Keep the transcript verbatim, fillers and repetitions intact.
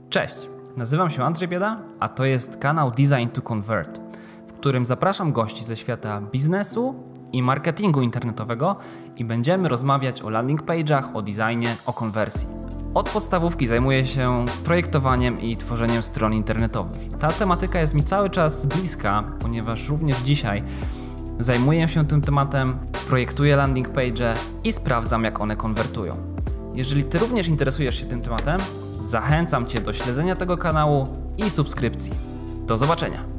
Cześć, nazywam się Andrzej Bieda, a to jest kanał Design to Convert, w którym zapraszam gości ze świata biznesu i marketingu internetowego i będziemy rozmawiać o landing page'ach, o designie, o konwersji. Od podstawówki zajmuję się projektowaniem i tworzeniem stron internetowych. Ta tematyka jest mi cały czas bliska, ponieważ również dzisiaj zajmuję się tym tematem, projektuję landing page'e i sprawdzam, jak one konwertują. Jeżeli Ty również interesujesz się tym tematem, zachęcam Cię do śledzenia tego kanału i subskrypcji. Do zobaczenia!